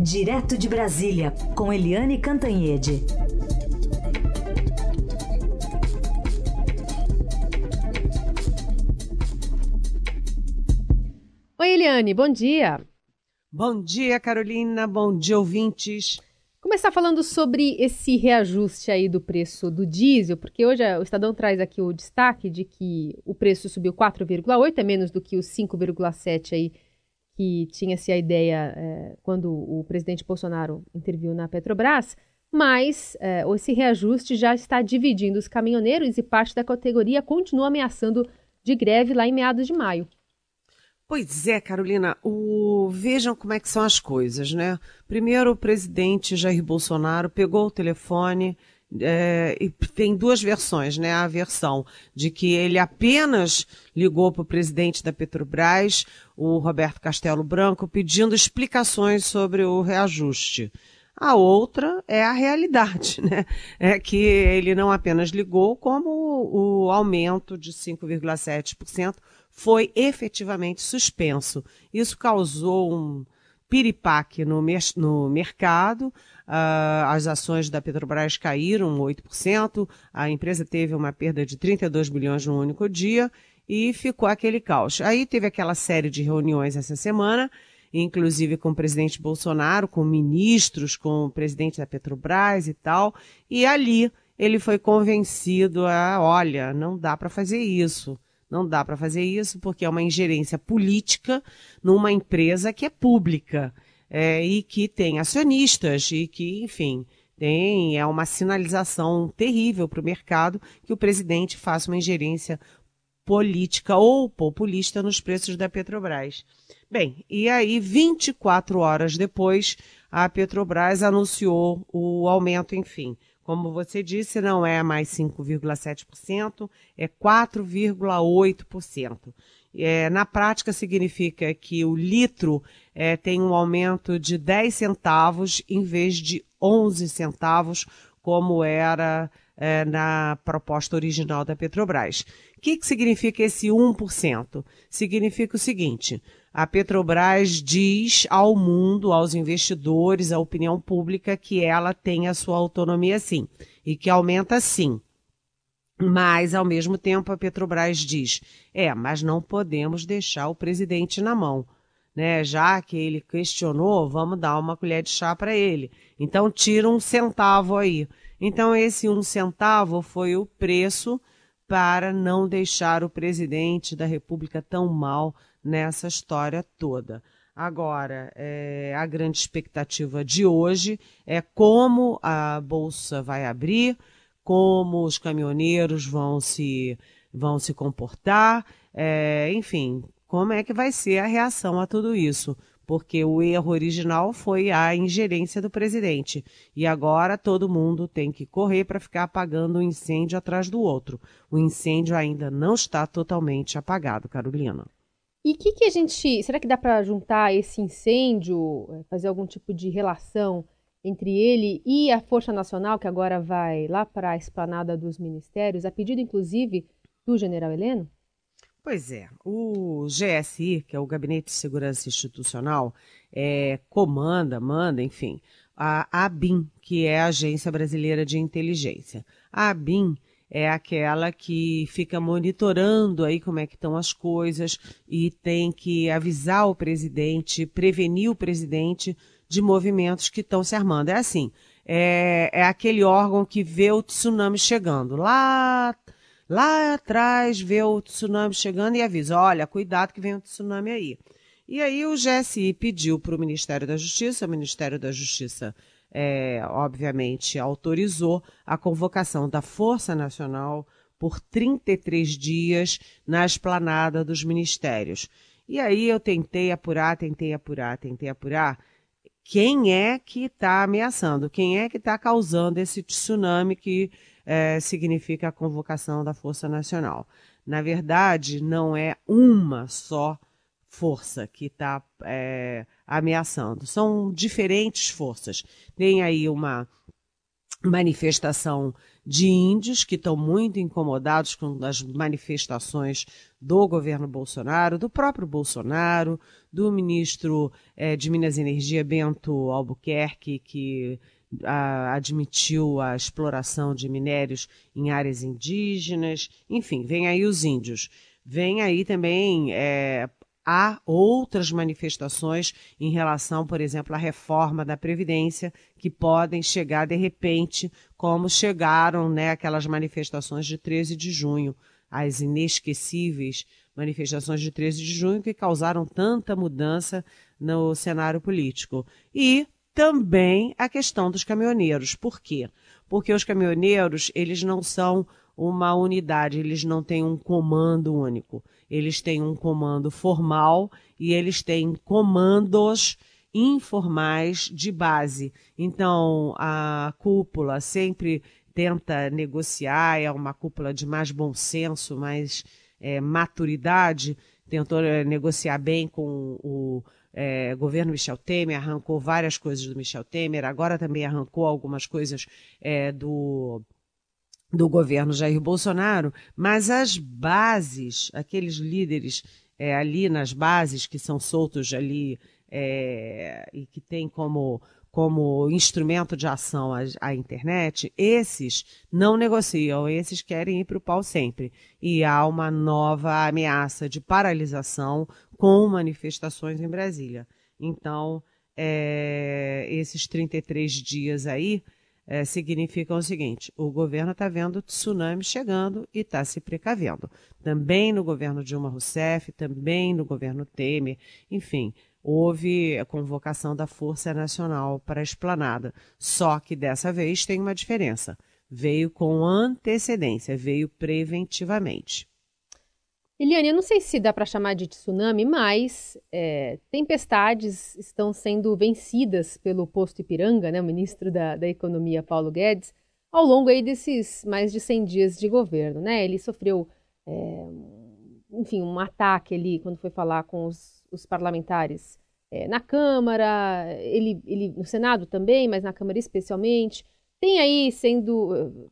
Direto de Brasília, com Eliane Cantanhede. Oi, Eliane, bom dia. Bom dia, Carolina. Bom dia, ouvintes. Começar falando sobre esse reajuste aí do preço do diesel, porque hoje o Estadão traz aqui o destaque de que o preço subiu 4,8, é menos do que os 5,7 aí que tinha-se a ideia quando o presidente Bolsonaro interviu na Petrobras, mas esse reajuste já está dividindo os caminhoneiros e parte da categoria continua ameaçando de greve lá em meados de maio. Pois é, Carolina, vejam como é que são as coisas, né? Primeiro, o presidente Jair Bolsonaro pegou o telefone e tem duas versões, né? A versão de que ele apenas ligou para o presidente da Petrobras, o Roberto Castelo Branco, pedindo explicações sobre o reajuste. A outra é a realidade, né? É que ele não apenas ligou, como o aumento de 5,7% foi efetivamente suspenso. Isso causou um piripaque no mercado, as ações da Petrobras caíram 8%, a empresa teve uma perda de 32 bilhões num único dia e ficou aquele caos. Aí teve aquela série de reuniões essa semana, inclusive com o presidente Bolsonaro, com ministros, com o presidente da Petrobras e tal, e ali ele foi convencido olha, não dá para fazer isso. Não dá para fazer isso porque é uma ingerência política numa empresa que é pública e que tem acionistas e que, enfim, é uma sinalização terrível para o mercado que o presidente faça uma ingerência política ou populista nos preços da Petrobras. Bem, e aí 24 horas depois a Petrobras anunciou o aumento, enfim. Como você disse, não é mais 5,7%, é 4,8%. Na prática, significa que o litro tem um aumento de 10 centavos em vez de 11 centavos, como era na proposta original da Petrobras. O que significa esse 1%? Significa o seguinte: a Petrobras diz ao mundo, aos investidores, à opinião pública, que ela tem a sua autonomia sim, e que aumenta sim. Mas, ao mesmo tempo, a Petrobras diz, mas não podemos deixar o presidente na mão, né? Já que ele questionou, vamos dar uma colher de chá para ele. Então, tira 1 centavo aí. Então, esse 1 centavo foi o preço para não deixar o presidente da República tão mal nessa história toda. Agora, a grande expectativa de hoje é como a Bolsa vai abrir, como os caminhoneiros vão se comportar, enfim, como é que vai ser a reação a tudo isso. Porque o erro original foi a ingerência do presidente. E agora todo mundo tem que correr para ficar apagando um incêndio atrás do outro. O incêndio ainda não está totalmente apagado, Carolina. E o que a gente... Será que dá para juntar esse incêndio, fazer algum tipo de relação entre ele e a Força Nacional, que agora vai lá para a esplanada dos ministérios, a pedido, inclusive, do general Heleno? Pois é, o GSI, que é o Gabinete de Segurança Institucional, manda, enfim, a ABIN, que é a Agência Brasileira de Inteligência. A ABIN é aquela que fica monitorando aí como é que estão as coisas e tem que avisar o presidente, prevenir o presidente de movimentos que estão se armando. É assim, é aquele órgão que vê o tsunami chegando. Lá atrás vê o tsunami chegando e avisa, olha, cuidado que vem o tsunami aí. E aí o GSI pediu para o Ministério da Justiça, o Ministério da Justiça, obviamente, autorizou a convocação da Força Nacional por 33 dias na esplanada dos ministérios. E aí eu tentei apurar quem é que está ameaçando, quem é que está causando esse tsunami que significa a convocação da Força Nacional. Na verdade, não é uma só força que está ameaçando, são diferentes forças. Tem aí uma manifestação de índios que estão muito incomodados com as manifestações do governo Bolsonaro, do próprio Bolsonaro, do ministro de Minas e Energia, Bento Albuquerque, que admitiu a exploração de minérios em áreas indígenas. Enfim, vem aí os índios. Vem aí também há outras manifestações em relação, por exemplo, à reforma da Previdência, que podem chegar de repente, como chegaram, né, aquelas manifestações de 13 de junho, as inesquecíveis manifestações de 13 de junho que causaram tanta mudança no cenário político. E também a questão dos caminhoneiros. Por quê? Porque os caminhoneiros, eles não são uma unidade, eles não têm um comando único. Eles têm um comando formal e eles têm comandos informais de base. Então, a cúpula sempre tenta negociar, é uma cúpula de mais bom senso, mais maturidade, tentou negociar bem com o governo Michel Temer, arrancou várias coisas do Michel Temer, agora também arrancou algumas coisas do governo Jair Bolsonaro, mas as bases, aqueles líderes ali nas bases que são soltos ali e que têm como instrumento de ação a internet, esses não negociam, esses querem ir para o pau sempre. E há uma nova ameaça de paralisação com manifestações em Brasília. Então, esses 33 dias aí significam o seguinte: o governo está vendo o tsunami chegando e está se precavendo. Também no governo Dilma Rousseff, também no governo Temer, enfim, houve a convocação da Força Nacional para a Esplanada. Só que dessa vez tem uma diferença. Veio com antecedência, veio preventivamente. Eliane, eu não sei se dá para chamar de tsunami, mas tempestades estão sendo vencidas pelo posto Ipiranga, né, o ministro da Economia, Paulo Guedes, ao longo aí desses mais de 100 dias de governo. Né? Ele sofreu, enfim, um ataque ali quando foi falar com os parlamentares na Câmara, ele no Senado também, mas na Câmara especialmente. Tem aí sendo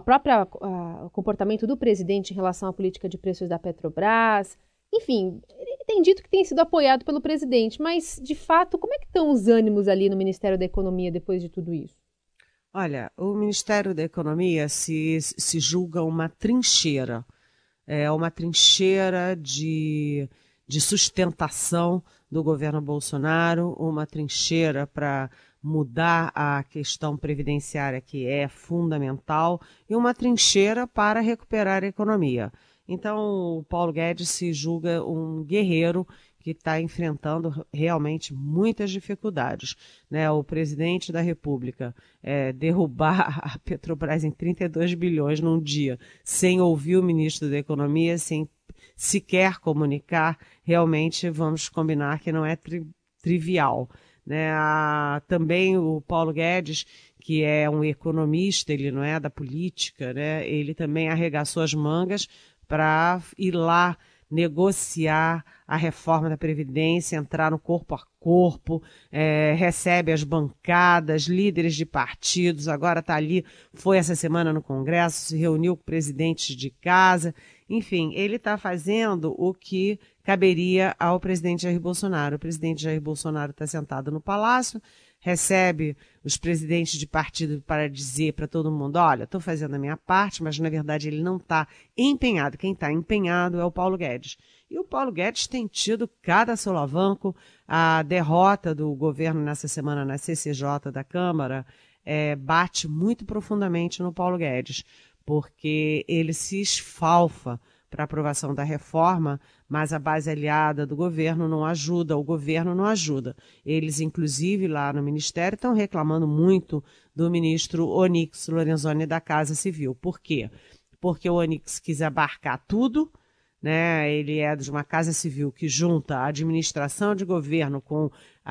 o comportamento do presidente em relação à política de preços da Petrobras. Enfim, ele tem dito que tem sido apoiado pelo presidente, mas, de fato, como é que estão os ânimos ali no Ministério da Economia depois de tudo isso? Olha, o Ministério da Economia se julga uma trincheira. É uma trincheira de sustentação do governo Bolsonaro, uma trincheira para mudar a questão previdenciária, que é fundamental, e uma trincheira para recuperar a economia. Então, o Paulo Guedes se julga um guerreiro que está enfrentando realmente muitas dificuldades. Né? O presidente da República derrubar a Petrobras em 32 bilhões num dia, sem ouvir o ministro da Economia, sem sequer comunicar, realmente vamos combinar que não é trivial. Né? Também o Paulo Guedes, que é um economista, ele não é da política, né? Ele também arregaçou as mangas para ir lá negociar a reforma da Previdência, entrar no corpo a corpo, recebe as bancadas, líderes de partidos, agora está ali, foi essa semana no Congresso, se reuniu com presidentes de casa, enfim, ele está fazendo o que caberia ao presidente Jair Bolsonaro. O presidente Jair Bolsonaro está sentado no Palácio, recebe os presidentes de partido para dizer para todo mundo, olha, estou fazendo a minha parte, mas na verdade ele não está empenhado. Quem está empenhado é o Paulo Guedes. E o Paulo Guedes tem tido cada solavanco. A derrota do governo nessa semana na CCJ da Câmara bate muito profundamente no Paulo Guedes, porque ele se esfalfa para a aprovação da reforma, mas a base aliada do governo não ajuda, o governo não ajuda. Eles, inclusive, lá no Ministério, estão reclamando muito do ministro Onyx Lorenzoni da Casa Civil. Por quê? Porque o Onyx quis abarcar tudo, né? Ele é de uma Casa Civil que junta a administração de governo com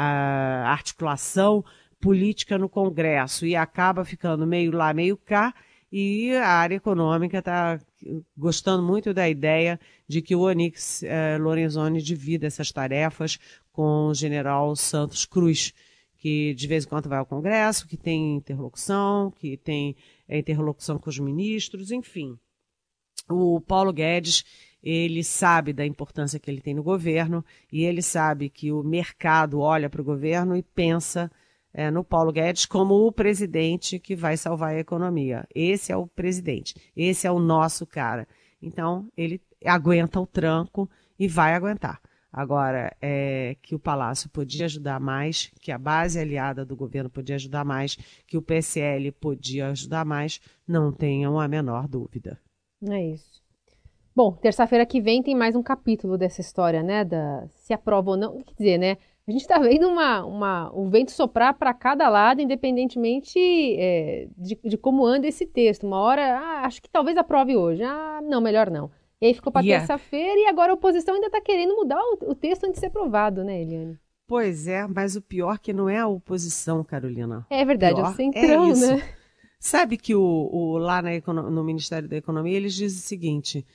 a articulação política no Congresso e acaba ficando meio lá, meio cá, e a área econômica está gostando muito da ideia de que o Onyx Lorenzoni divida essas tarefas com o general Santos Cruz, que de vez em quando vai ao Congresso, que tem interlocução, que tem interlocução com os ministros, enfim. O Paulo Guedes, ele sabe da importância que ele tem no governo e ele sabe que o mercado olha para o governo e pensa no Paulo Guedes como o presidente que vai salvar a economia. Esse é o presidente, esse é o nosso cara. Então, ele aguenta o tranco e vai aguentar. Agora, que o Palácio podia ajudar mais, que a base aliada do governo podia ajudar mais, que o PSL podia ajudar mais, não tenham a menor dúvida. É isso. Bom, terça-feira que vem tem mais um capítulo dessa história, né, se aprova ou não. Quer dizer, né, a gente está vendo o vento soprar para cada lado, independentemente de como anda esse texto. Uma hora, acho que talvez aprove hoje. Não, melhor não. E aí ficou para terça-feira e agora a oposição ainda está querendo mudar o texto antes de ser aprovado, né, Eliane? Pois é, mas o pior que não é a oposição, Carolina. É verdade, é o centrão, né? Sabe que lá no Ministério da Economia eles dizem o seguinte,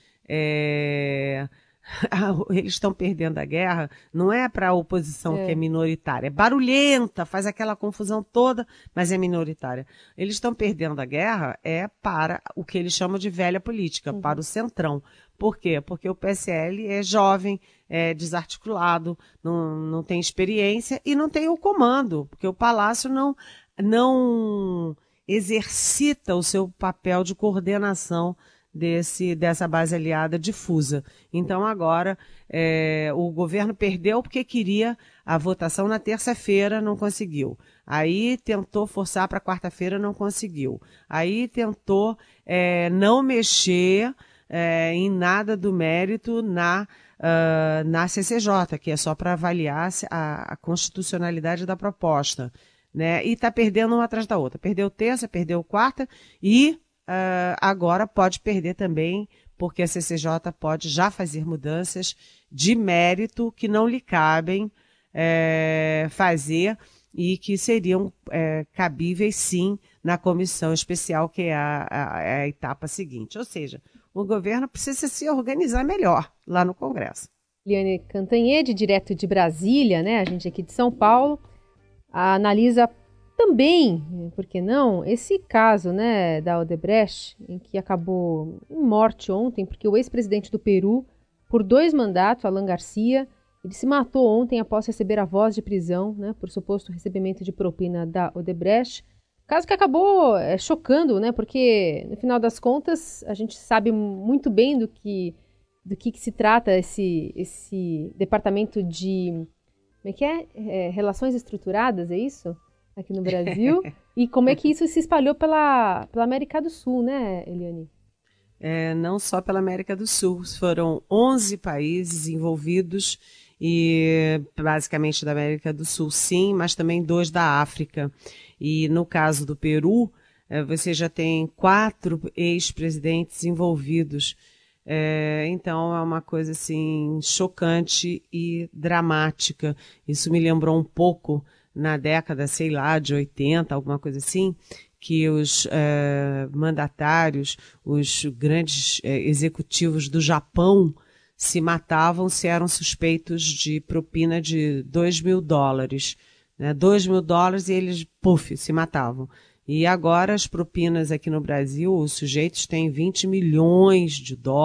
eles estão perdendo a guerra, não é para a oposição que é minoritária, é barulhenta, faz aquela confusão toda, mas é minoritária. Eles estão perdendo a guerra para o que eles chamam de velha política, para o centrão. Por quê? Porque o PSL é jovem, é desarticulado, não tem experiência e não tem o comando, porque o Palácio não exercita o seu papel de coordenação dessa base aliada difusa. Então agora o governo perdeu porque queria a votação na terça-feira, não conseguiu. Aí tentou forçar para quarta-feira, não conseguiu. Aí tentou não mexer em nada do mérito na CCJ, que é só para avaliar a constitucionalidade da proposta, né? E está perdendo uma atrás da outra. Perdeu terça, perdeu quarta e agora pode perder também, porque a CCJ pode já fazer mudanças de mérito que não lhe cabem fazer e que seriam cabíveis sim na comissão especial, que é a etapa seguinte. Ou seja, o governo precisa se organizar melhor lá no Congresso. Eliane Cantanhede, direto de Brasília, né? A gente aqui de São Paulo, analisa também, por que não, esse caso, né, da Odebrecht, em que acabou em morte ontem, porque o ex-presidente do Peru, por 2 mandatos, Alan Garcia, ele se matou ontem após receber a voz de prisão, né, por suposto recebimento de propina da Odebrecht. Caso que acabou chocando, né, porque no final das contas a gente sabe muito bem do que se trata esse departamento de, como é que relações estruturadas, é isso? Aqui no Brasil, e como é que isso se espalhou pela América do Sul, né, Eliane? Não só pela América do Sul, foram 11 países envolvidos, e basicamente da América do Sul sim, mas também 2 da África. E no caso do Peru, você já tem 4 ex-presidentes envolvidos. Então é uma coisa assim chocante e dramática. Isso me lembrou um pouco na década, sei lá, de 80, alguma coisa assim, que os mandatários, os grandes executivos do Japão se matavam se eram suspeitos de propina de $2.000, né? $2.000 e eles, se matavam. E agora as propinas aqui no Brasil, os sujeitos têm $20 milhões,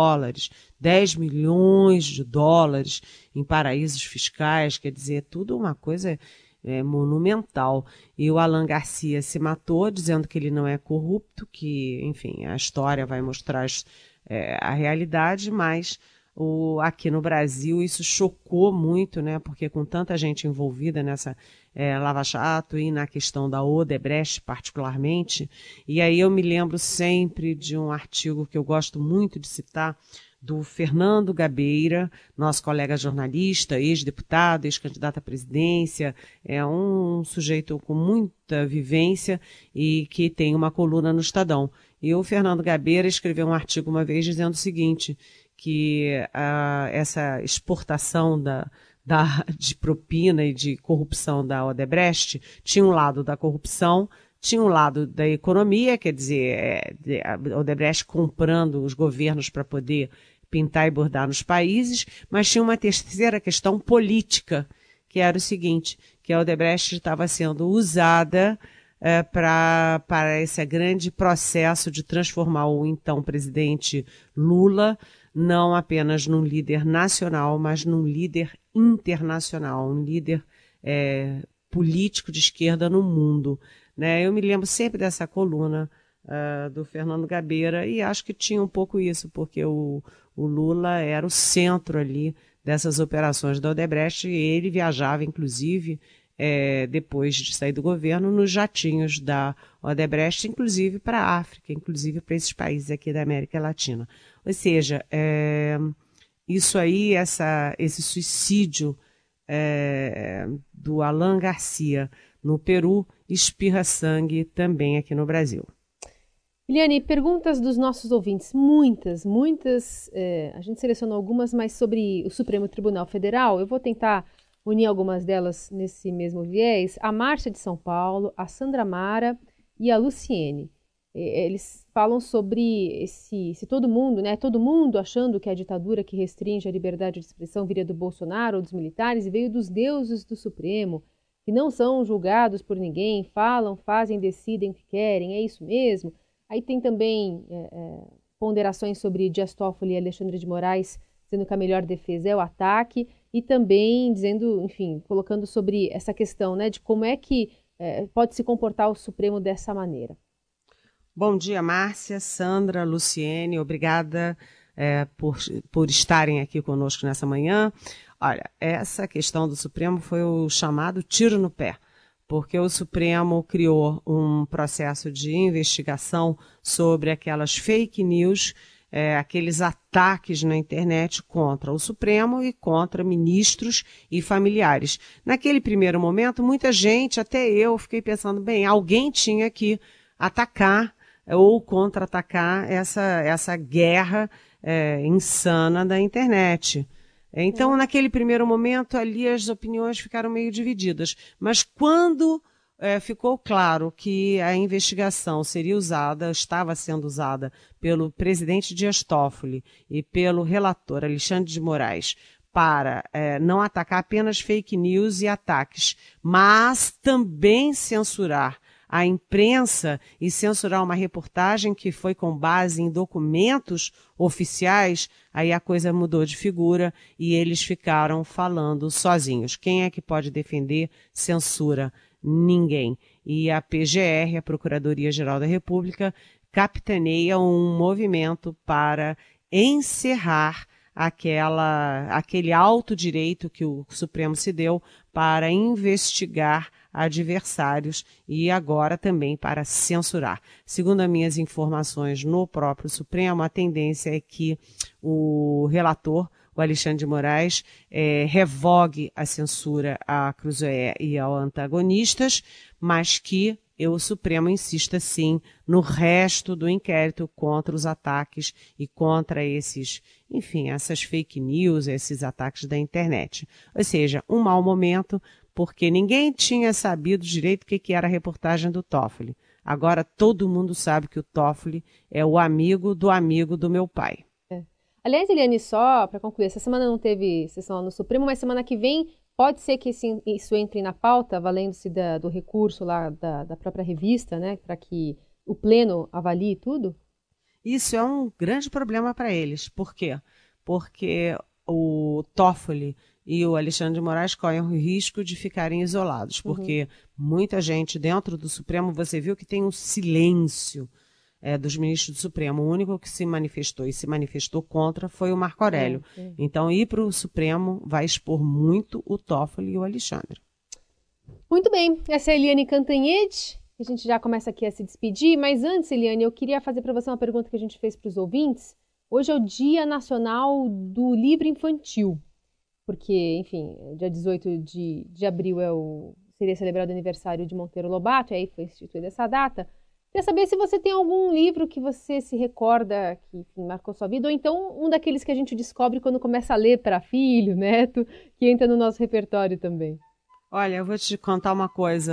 $10 milhões em paraísos fiscais, quer dizer, tudo uma coisa monumental. E o Alan Garcia se matou dizendo que ele não é corrupto, que, enfim, a história vai mostrar a realidade, mas aqui no Brasil isso chocou muito, né? Porque com tanta gente envolvida nessa Lava Jato e na questão da Odebrecht particularmente, e aí eu me lembro sempre de um artigo que eu gosto muito de citar, do Fernando Gabeira, nosso colega jornalista, ex-deputado, ex-candidato à presidência, é um sujeito com muita vivência e que tem uma coluna no Estadão. E o Fernando Gabeira escreveu um artigo uma vez dizendo o seguinte, que essa exportação de propina e de corrupção da Odebrecht tinha um lado da corrupção, tinha um lado da economia, quer dizer, a Odebrecht comprando os governos para poder pintar e bordar nos países, mas tinha uma terceira questão política, que era o seguinte, que a Odebrecht estava sendo usada para esse grande processo de transformar o então presidente Lula não apenas num líder nacional, mas num líder internacional, um líder político de esquerda no mundo. Né? Eu me lembro sempre dessa coluna do Fernando Gabeira e acho que tinha um pouco isso, porque o Lula era o centro ali dessas operações da Odebrecht e ele viajava, inclusive, depois de sair do governo, nos jatinhos da Odebrecht, inclusive para a África, inclusive para esses países aqui da América Latina. Ou seja, isso aí, esse suicídio do Alan Garcia no Peru, espirra sangue também aqui no Brasil. Eliane, perguntas dos nossos ouvintes, muitas, a gente selecionou algumas, mas sobre o Supremo Tribunal Federal, eu vou tentar unir algumas delas nesse mesmo viés. A Márcia de São Paulo, a Sandra Mara e a Luciene. Eles falam sobre se todo mundo, né, todo mundo achando que a ditadura que restringe a liberdade de expressão viria do Bolsonaro ou dos militares e veio dos deuses do Supremo, que não são julgados por ninguém, falam, fazem, decidem o que querem, é isso mesmo? Aí tem também ponderações sobre Dias Toffoli e Alexandre de Moraes, dizendo que a melhor defesa é o ataque, e também dizendo, enfim, colocando sobre essa questão, né, de como é que pode se comportar o Supremo dessa maneira. Bom dia, Márcia, Sandra, Luciene, obrigada por estarem aqui conosco nessa manhã. Olha, essa questão do Supremo foi o chamado tiro no pé, porque o Supremo criou um processo de investigação sobre aquelas fake news, aqueles ataques na internet contra o Supremo e contra ministros e familiares. Naquele primeiro momento, muita gente, até eu, fiquei pensando, bem, alguém tinha que atacar ou contra-atacar essa guerra insana da internet. Então, naquele primeiro momento, ali as opiniões ficaram meio divididas. Mas quando ficou claro que a investigação estava sendo usada pelo presidente Dias Toffoli e pelo relator Alexandre de Moraes para não atacar apenas fake news e ataques, mas também censurar a imprensa e censurar uma reportagem que foi com base em documentos oficiais, aí a coisa mudou de figura e eles ficaram falando sozinhos. Quem é que pode defender censura? Ninguém. E a PGR, a Procuradoria-Geral da República, capitaneia um movimento para encerrar aquele alto direito que o Supremo se deu para investigar adversários e agora também para censurar. Segundo as minhas informações no próprio Supremo, a tendência é que o relator, o Alexandre de Moraes, revogue a censura a Cruzoé e ao antagonistas, mas que o Supremo insista sim no resto do inquérito contra os ataques e contra essas fake news, esses ataques da internet. Ou seja, um mau momento, porque ninguém tinha sabido direito o que era a reportagem do Toffoli. Agora todo mundo sabe que o Toffoli é o amigo do meu pai. Aliás, Eliane, só para concluir, essa semana não teve sessão no Supremo, mas semana que vem pode ser que isso entre na pauta, valendo-se do recurso lá da própria revista, né, para que o Pleno avalie tudo? Isso é um grande problema para eles. Por quê? Porque o Toffoli e o Alexandre de Moraes correm o risco de ficarem isolados, porque muita gente dentro do Supremo, você viu que tem um silêncio dos ministros do Supremo. O único que se manifestou e se manifestou contra foi o Marco Aurélio. Então, ir para o Supremo vai expor muito o Toffoli e o Alexandre. Muito bem, essa é a Eliane Cantanhede. A gente já começa aqui a se despedir, mas antes, Eliane, eu queria fazer para você uma pergunta que a gente fez para os ouvintes. Hoje é o Dia Nacional do Livro Infantil, porque, enfim, dia 18 de abril seria celebrado o aniversário de Monteiro Lobato, e aí foi instituída essa data. Queria saber se você tem algum livro que você se recorda que, enfim, marcou sua vida, ou então um daqueles que a gente descobre quando começa a ler para filho, neto, que entra no nosso repertório também. Olha, eu vou te contar uma coisa.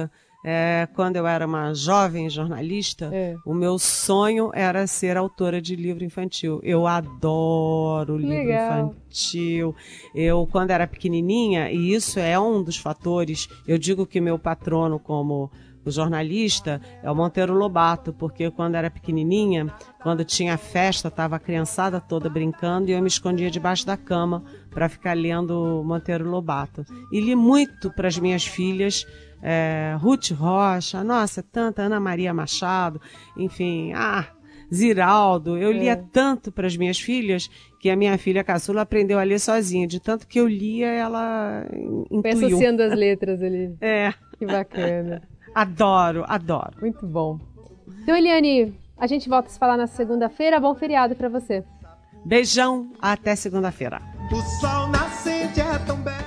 quando eu era uma jovem jornalista, o meu sonho era ser autora de livro infantil. Eu adoro livro infantil. Eu, quando era pequenininha, e isso é um dos fatores, eu digo que meu patrono como o jornalista é o Monteiro Lobato, porque quando era pequenininha, quando tinha festa, estava a criançada toda brincando e eu me escondia debaixo da cama para ficar lendo Monteiro Lobato. E li muito para as minhas filhas, Ruth Rocha, nossa, tanta, Ana Maria Machado, enfim, Ziraldo. Eu lia tanto para as minhas filhas que a minha filha caçula aprendeu a ler sozinha. De tanto que eu lia, ela intuiu. Foi associando as letras ali. Que bacana. Adoro, adoro. Muito bom. Então, Eliane, a gente volta a se falar na segunda-feira. Bom feriado para você. Beijão, até segunda-feira. O sol nascente é tão belo.